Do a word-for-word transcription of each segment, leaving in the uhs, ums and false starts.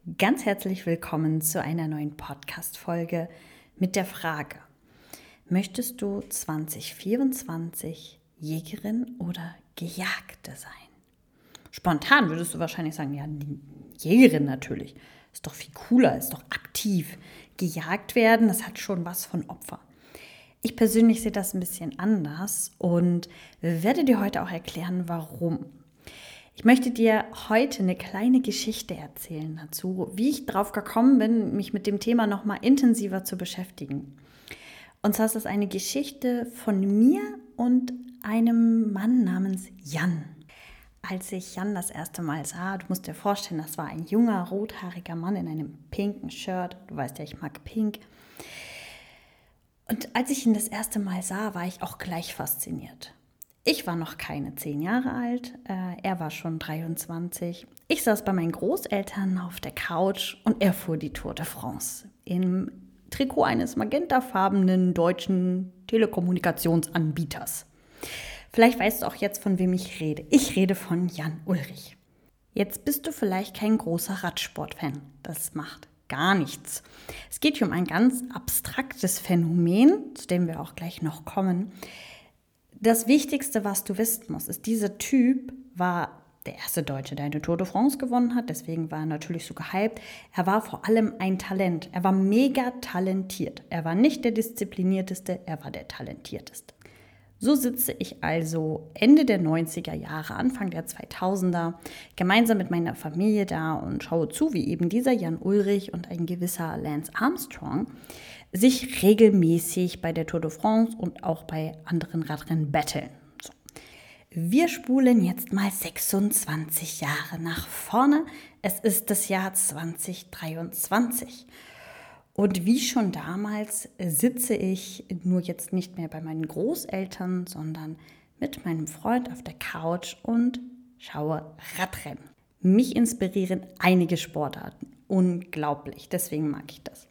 Ganz herzlich willkommen zu einer neuen Podcast-Folge mit der Frage: Möchtest du zwanzig vierundzwanzig Jägerin oder Gejagte sein? Spontan würdest du wahrscheinlich sagen, ja, Jägerin natürlich. Ist doch viel cooler, ist doch aktiv. Gejagt werden, das hat schon was von Opfer. Ich persönlich sehe das ein bisschen anders und werde dir heute auch erklären, warum. Ich möchte dir heute eine kleine Geschichte erzählen dazu, wie ich drauf gekommen bin, mich mit dem Thema noch mal intensiver zu beschäftigen. Und zwar ist das eine Geschichte von mir und einem Mann namens Jan. Als ich Jan das erste Mal sah, du musst dir vorstellen, das war ein junger, rothaariger Mann in einem pinken Shirt. Du weißt ja, ich mag pink. Und als ich ihn das erste Mal sah, war ich auch gleich fasziniert. Ich war noch keine zehn Jahre alt, äh, er war schon dreiundzwanzig. Ich saß bei meinen Großeltern auf der Couch und er fuhr die Tour de France im Trikot eines magentafarbenen deutschen Telekommunikationsanbieters. Vielleicht weißt du auch jetzt, von wem ich rede. Ich rede von Jan Ullrich. Jetzt bist du vielleicht kein großer Radsportfan. Das macht gar nichts. Es geht hier um ein ganz abstraktes Phänomen, zu dem wir auch gleich noch kommen. Das Wichtigste, was du wissen musst, ist, dieser Typ war der erste Deutsche, der eine Tour de France gewonnen hat. Deswegen war er natürlich so gehypt. Er war vor allem ein Talent. Er war mega talentiert. Er war nicht der Disziplinierteste, er war der Talentierteste. So sitze ich also Ende der neunziger Jahre, Anfang der zweitausender, gemeinsam mit meiner Familie da und schaue zu, wie eben dieser Jan Ullrich und ein gewisser Lance Armstrong sich regelmäßig bei der Tour de France und auch bei anderen Radrennen battlen. So. Wir spulen jetzt mal sechsundzwanzig Jahre nach vorne. Es ist das Jahr zwanzig dreiundzwanzig. Und wie schon damals sitze ich nur jetzt nicht mehr bei meinen Großeltern, sondern mit meinem Freund auf der Couch und schaue Radrennen. Mich inspirieren einige Sportarten. Unglaublich, deswegen mag ich das.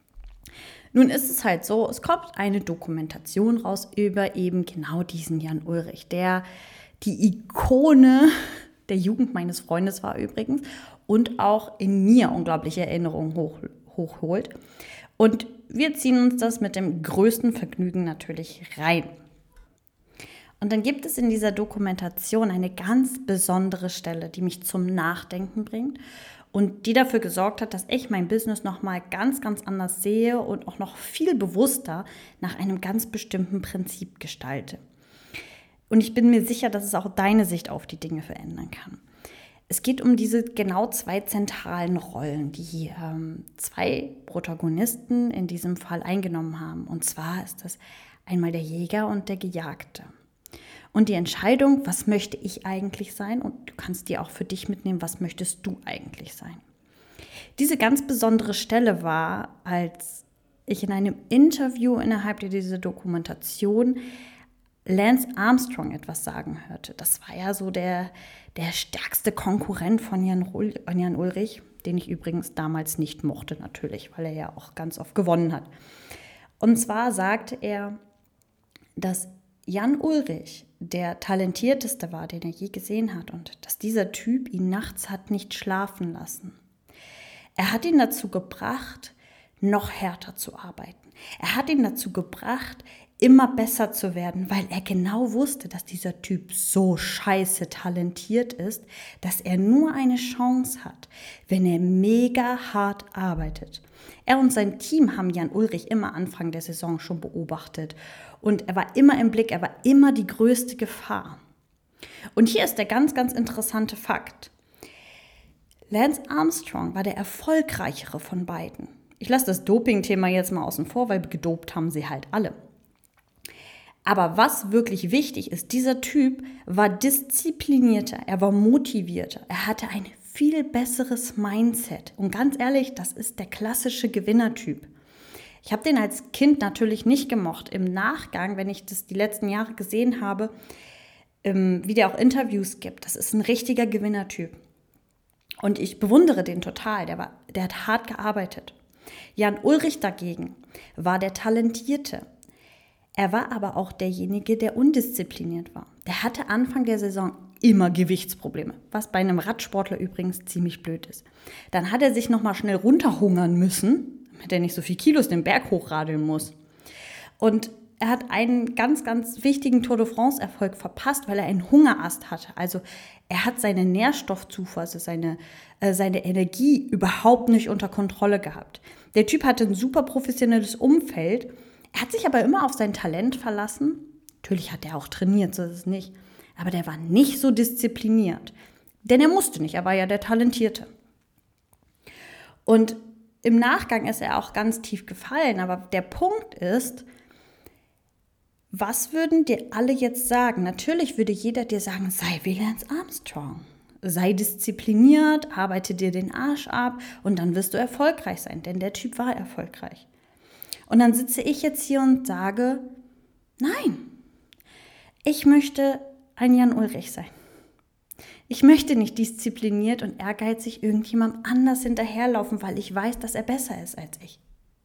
Nun ist es halt so, es kommt eine Dokumentation raus über eben genau diesen Jan Ullrich, der die Ikone der Jugend meines Freundes war übrigens und auch in mir unglaubliche Erinnerungen hoch, hochholt. Und wir ziehen uns das mit dem größten Vergnügen natürlich rein. Und dann gibt es in dieser Dokumentation eine ganz besondere Stelle, die mich zum Nachdenken bringt und die dafür gesorgt hat, dass ich mein Business nochmal ganz, ganz anders sehe und auch noch viel bewusster nach einem ganz bestimmten Prinzip gestalte. Und ich bin mir sicher, dass es auch deine Sicht auf die Dinge verändern kann. Es geht um diese genau zwei zentralen Rollen, die ähm, zwei Protagonisten in diesem Fall eingenommen haben. Und zwar ist das einmal der Jäger und der Gejagte. Und die Entscheidung, was möchte ich eigentlich sein? Und du kannst dir auch für dich mitnehmen, was möchtest du eigentlich sein? Diese ganz besondere Stelle war, als ich in einem Interview innerhalb dieser Dokumentation Lance Armstrong etwas sagen hörte. Das war ja so der, der stärkste Konkurrent von Jan, Ull, Jan Ullrich, den ich übrigens damals nicht mochte natürlich, weil er ja auch ganz oft gewonnen hat. Und zwar sagte er, dass Jan Ullrich der talentierteste war, den er je gesehen hat und dass dieser Typ ihn nachts hat nicht schlafen lassen. Er hat ihn dazu gebracht, noch härter zu arbeiten. Er hat ihn dazu gebracht, immer besser zu werden, weil er genau wusste, dass dieser Typ so scheiße talentiert ist, dass er nur eine Chance hat, wenn er mega hart arbeitet. Er und sein Team haben Jan Ullrich immer Anfang der Saison schon beobachtet und er war immer im Blick, er war immer die größte Gefahr. Und hier ist der ganz, ganz interessante Fakt. Lance Armstrong war der erfolgreichere von beiden. Ich lasse das Doping-Thema jetzt mal außen vor, weil gedopt haben sie halt alle. Aber was wirklich wichtig ist, dieser Typ war disziplinierter, er war motivierter, er hatte ein viel besseres Mindset. Und ganz ehrlich, das ist der klassische Gewinnertyp. Ich habe den als Kind natürlich nicht gemocht. Im Nachgang, wenn ich das die letzten Jahre gesehen habe, wie der auch Interviews gibt, das ist ein richtiger Gewinnertyp. Und ich bewundere den total, der, war, der hat hart gearbeitet. Jan Ullrich dagegen war der Talentierte. Er war aber auch derjenige, der undiszipliniert war. Der hatte Anfang der Saison immer Gewichtsprobleme, was bei einem Radsportler übrigens ziemlich blöd ist. Dann hat er sich nochmal schnell runterhungern müssen, damit er nicht so viel Kilos den Berg hochradeln muss. Und er hat einen ganz, ganz wichtigen Tour de France-Erfolg verpasst, weil er einen Hungerast hatte. Also er hat seine Nährstoffzufuhr, also seine, äh, seine Energie überhaupt nicht unter Kontrolle gehabt. Der Typ hatte ein super professionelles Umfeld. Er hat sich aber immer auf sein Talent verlassen. Natürlich hat er auch trainiert, so ist es nicht. Aber der war nicht so diszipliniert. Denn er musste nicht, er war ja der Talentierte. Und im Nachgang ist er auch ganz tief gefallen. Aber der Punkt ist, was würden dir alle jetzt sagen? Natürlich würde jeder dir sagen, sei wie Lance Armstrong. Sei diszipliniert, arbeite dir den Arsch ab und dann wirst du erfolgreich sein. Denn der Typ war erfolgreich. Und dann sitze ich jetzt hier und sage, nein, ich möchte ein Jan Ullrich sein. Ich möchte nicht diszipliniert und ehrgeizig irgendjemandem anders hinterherlaufen, weil ich weiß, dass er besser ist als ich.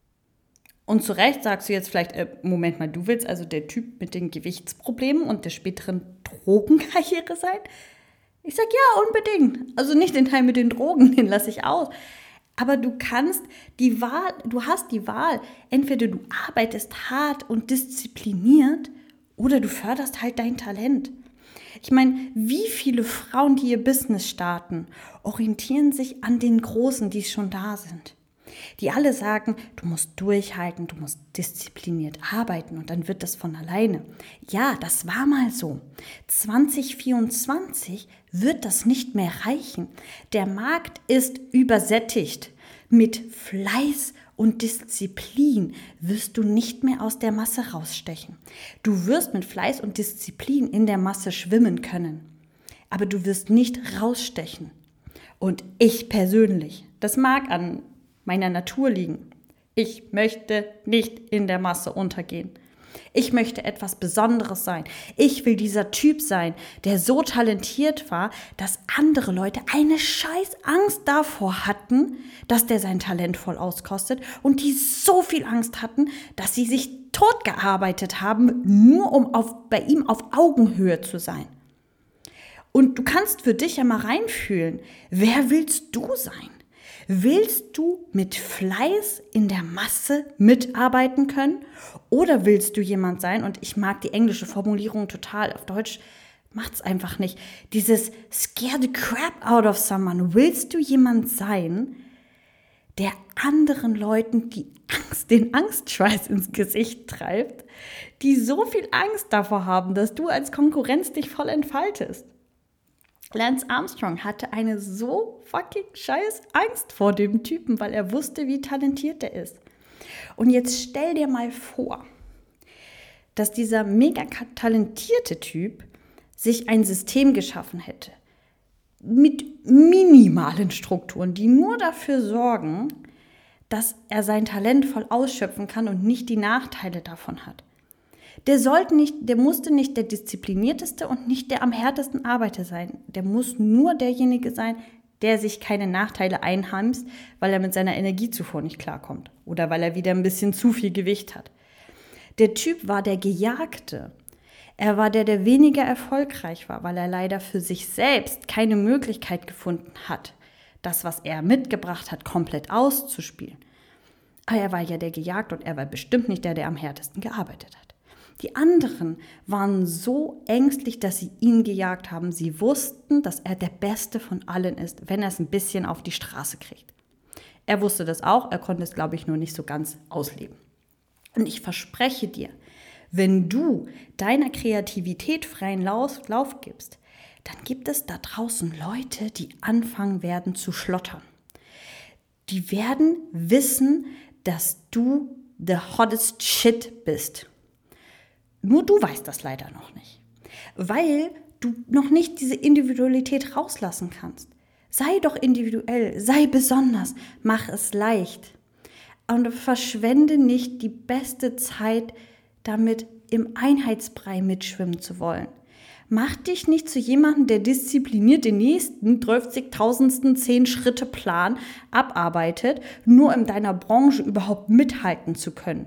Und zu Recht sagst du jetzt vielleicht, äh, Moment mal, du willst also der Typ mit den Gewichtsproblemen und der späteren Drogenkarriere sein? Ich sag ja, unbedingt. Also nicht den Teil mit den Drogen, den lasse ich aus. Aber du kannst die Wahl, du hast die Wahl. Entweder du arbeitest hart und diszipliniert oder du förderst halt dein Talent. Ich meine, wie viele Frauen, die ihr Business starten, orientieren sich an den Großen, die schon da sind. Die alle sagen, du musst durchhalten, du musst diszipliniert arbeiten und dann wird das von alleine. Ja, das war mal so. zwanzig vierundzwanzig wird das nicht mehr reichen. Der Markt ist übersättigt. Mit Fleiß und Disziplin wirst du nicht mehr aus der Masse rausstechen. Du wirst mit Fleiß und Disziplin in der Masse schwimmen können, aber du wirst nicht rausstechen. Und ich persönlich, das mag an meiner Natur liegen. Ich möchte nicht in der Masse untergehen. Ich möchte etwas Besonderes sein. Ich will dieser Typ sein, der so talentiert war, dass andere Leute eine scheiß Angst davor hatten, dass der sein Talent voll auskostet und die so viel Angst hatten, dass sie sich totgearbeitet haben, nur um auf, bei ihm auf Augenhöhe zu sein. Und du kannst für dich ja mal reinfühlen, wer willst du sein? Willst du mit Fleiß in der Masse mitarbeiten können oder willst du jemand sein, und ich mag die englische Formulierung total, auf Deutsch macht's einfach nicht, dieses scare the crap out of someone. Willst du jemand sein, der anderen Leuten die Angst, den Angstschweiß ins Gesicht treibt, die so viel Angst davor haben, dass du als Konkurrenz dich voll entfaltest? Lance Armstrong hatte eine so fucking scheiß Angst vor dem Typen, weil er wusste, wie talentiert er ist. Und jetzt stell dir mal vor, dass dieser mega talentierte Typ sich ein System geschaffen hätte mit minimalen Strukturen, die nur dafür sorgen, dass er sein Talent voll ausschöpfen kann und nicht die Nachteile davon hat. Der sollte nicht, der musste nicht der disziplinierteste und nicht der am härtesten Arbeiter sein. Der muss nur derjenige sein, der sich keine Nachteile einheimst, weil er mit seiner Energiezufuhr nicht klarkommt oder weil er wieder ein bisschen zu viel Gewicht hat. Der Typ war der Gejagte. Er war der, der weniger erfolgreich war, weil er leider für sich selbst keine Möglichkeit gefunden hat, das, was er mitgebracht hat, komplett auszuspielen. Aber er war ja der Gejagte und er war bestimmt nicht der, der am härtesten gearbeitet hat. Die anderen waren so ängstlich, dass sie ihn gejagt haben. Sie wussten, dass er der Beste von allen ist, wenn er es ein bisschen auf die Straße kriegt. Er wusste das auch, er konnte es, glaube ich, nur nicht so ganz ausleben. Und ich verspreche dir, wenn du deiner Kreativität freien Lauf, Lauf gibst, dann gibt es da draußen Leute, die anfangen werden zu schlottern. Die werden wissen, dass du the hottest shit bist. Nur du weißt das leider noch nicht, weil du noch nicht diese Individualität rauslassen kannst. Sei doch individuell, sei besonders, mach es leicht. Und verschwende nicht die beste Zeit damit, im Einheitsbrei mitschwimmen zu wollen. Mach dich nicht zu jemandem, der diszipliniert den nächsten zwölfzigtausendsten zehn-Schritte-Plan abarbeitet, nur in deiner Branche überhaupt mithalten zu können.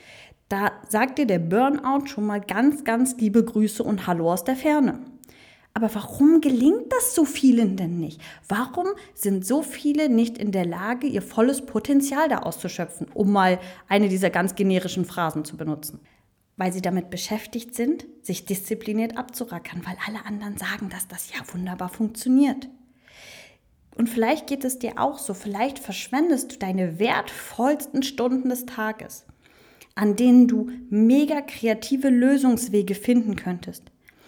Da sagt dir der Burnout schon mal ganz, ganz liebe Grüße und Hallo aus der Ferne. Aber warum gelingt das so vielen denn nicht? Warum sind so viele nicht in der Lage, ihr volles Potenzial da auszuschöpfen, um mal eine dieser ganz generischen Phrasen zu benutzen? Weil sie damit beschäftigt sind, sich diszipliniert abzurackern, weil alle anderen sagen, dass das ja wunderbar funktioniert. Und vielleicht geht es dir auch so, vielleicht verschwendest du deine wertvollsten Stunden des Tages, an denen du mega kreative Lösungswege finden könntest,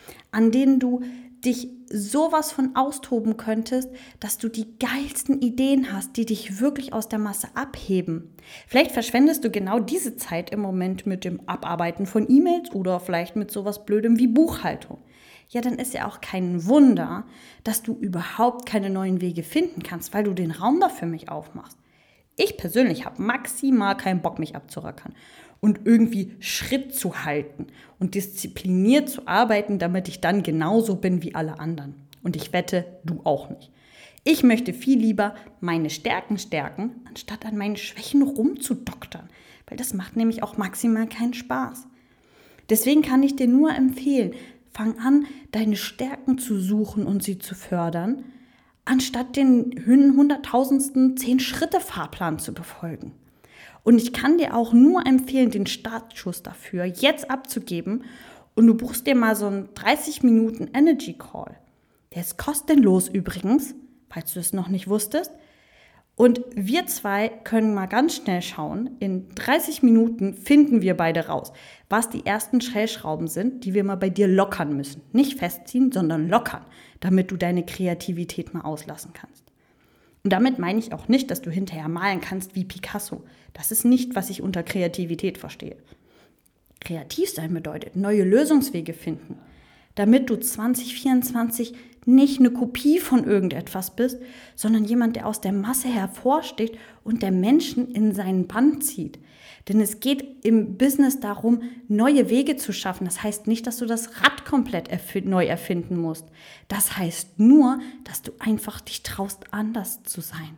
an denen du dich sowas von austoben könntest, dass du die geilsten Ideen hast, die dich wirklich aus der Masse abheben. Vielleicht verschwendest du genau diese Zeit im Moment mit dem Abarbeiten von E-Mails oder vielleicht mit sowas Blödem wie Buchhaltung. Ja, dann ist ja auch kein Wunder, dass du überhaupt keine neuen Wege finden kannst, weil du den Raum dafür nicht aufmachst. Ich persönlich habe maximal keinen Bock, mich abzurackern und irgendwie Schritt zu halten und diszipliniert zu arbeiten, damit ich dann genauso bin wie alle anderen. Und ich wette, du auch nicht. Ich möchte viel lieber meine Stärken stärken, anstatt an meinen Schwächen rumzudoktern, weil das macht nämlich auch maximal keinen Spaß. Deswegen kann ich dir nur empfehlen, fang an, deine Stärken zu suchen und sie zu fördern, anstatt den hunderttausendsten zehn-Schritte-Fahrplan zu befolgen. Und ich kann dir auch nur empfehlen, den Startschuss dafür jetzt abzugeben und du buchst dir mal so einen dreißig Minuten Energy Call. Der ist kostenlos übrigens, falls du es noch nicht wusstest. Und wir zwei können mal ganz schnell schauen, in dreißig Minuten finden wir beide raus, was die ersten Stellschrauben sind, die wir mal bei dir lockern müssen. Nicht festziehen, sondern lockern, damit du deine Kreativität mal auslassen kannst. Und damit meine ich auch nicht, dass du hinterher malen kannst wie Picasso. Das ist nicht, was ich unter Kreativität verstehe. Kreativ sein bedeutet, neue Lösungswege finden, damit du zwanzig vierundzwanzig nicht eine Kopie von irgendetwas bist, sondern jemand, der aus der Masse hervorsticht und der Menschen in seinen Bann zieht. Denn es geht im Business darum, neue Wege zu schaffen. Das heißt nicht, dass du das Rad komplett erf- neu erfinden musst. Das heißt nur, dass du einfach dich traust, anders zu sein.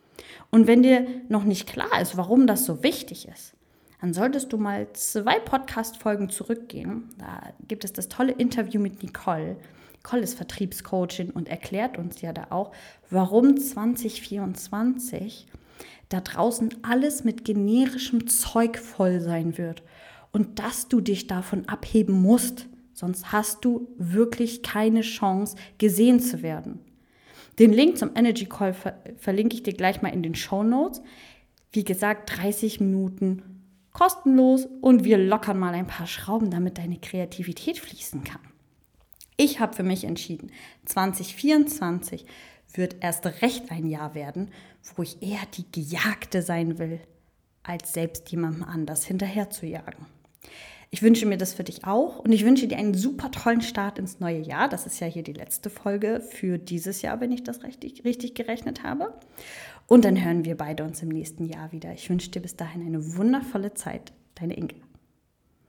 Und wenn dir noch nicht klar ist, warum das so wichtig ist, dann solltest du mal zwei Podcast-Folgen zurückgehen. Da gibt es das tolle Interview mit Nicole. Nicole ist Vertriebscoachin und erklärt uns ja da auch, warum zwanzig vierundzwanzig da draußen alles mit generischem Zeug voll sein wird und dass du dich davon abheben musst, sonst hast du wirklich keine Chance, gesehen zu werden. Den Link zum Energy Call ver- verlinke ich dir gleich mal in den Shownotes. Wie gesagt, dreißig Minuten kostenlos und wir lockern mal ein paar Schrauben, damit deine Kreativität fließen kann. Ich habe für mich entschieden, zwanzig vierundzwanzig wird erst recht ein Jahr werden, wo ich eher die Gejagte sein will, als selbst jemandem anders hinterher zu jagen. Ich wünsche mir das für dich auch und ich wünsche dir einen super tollen Start ins neue Jahr. Das ist ja hier die letzte Folge für dieses Jahr, wenn ich das richtig, richtig gerechnet habe. Und dann hören wir beide uns im nächsten Jahr wieder. Ich wünsche dir bis dahin eine wundervolle Zeit. Deine Inge.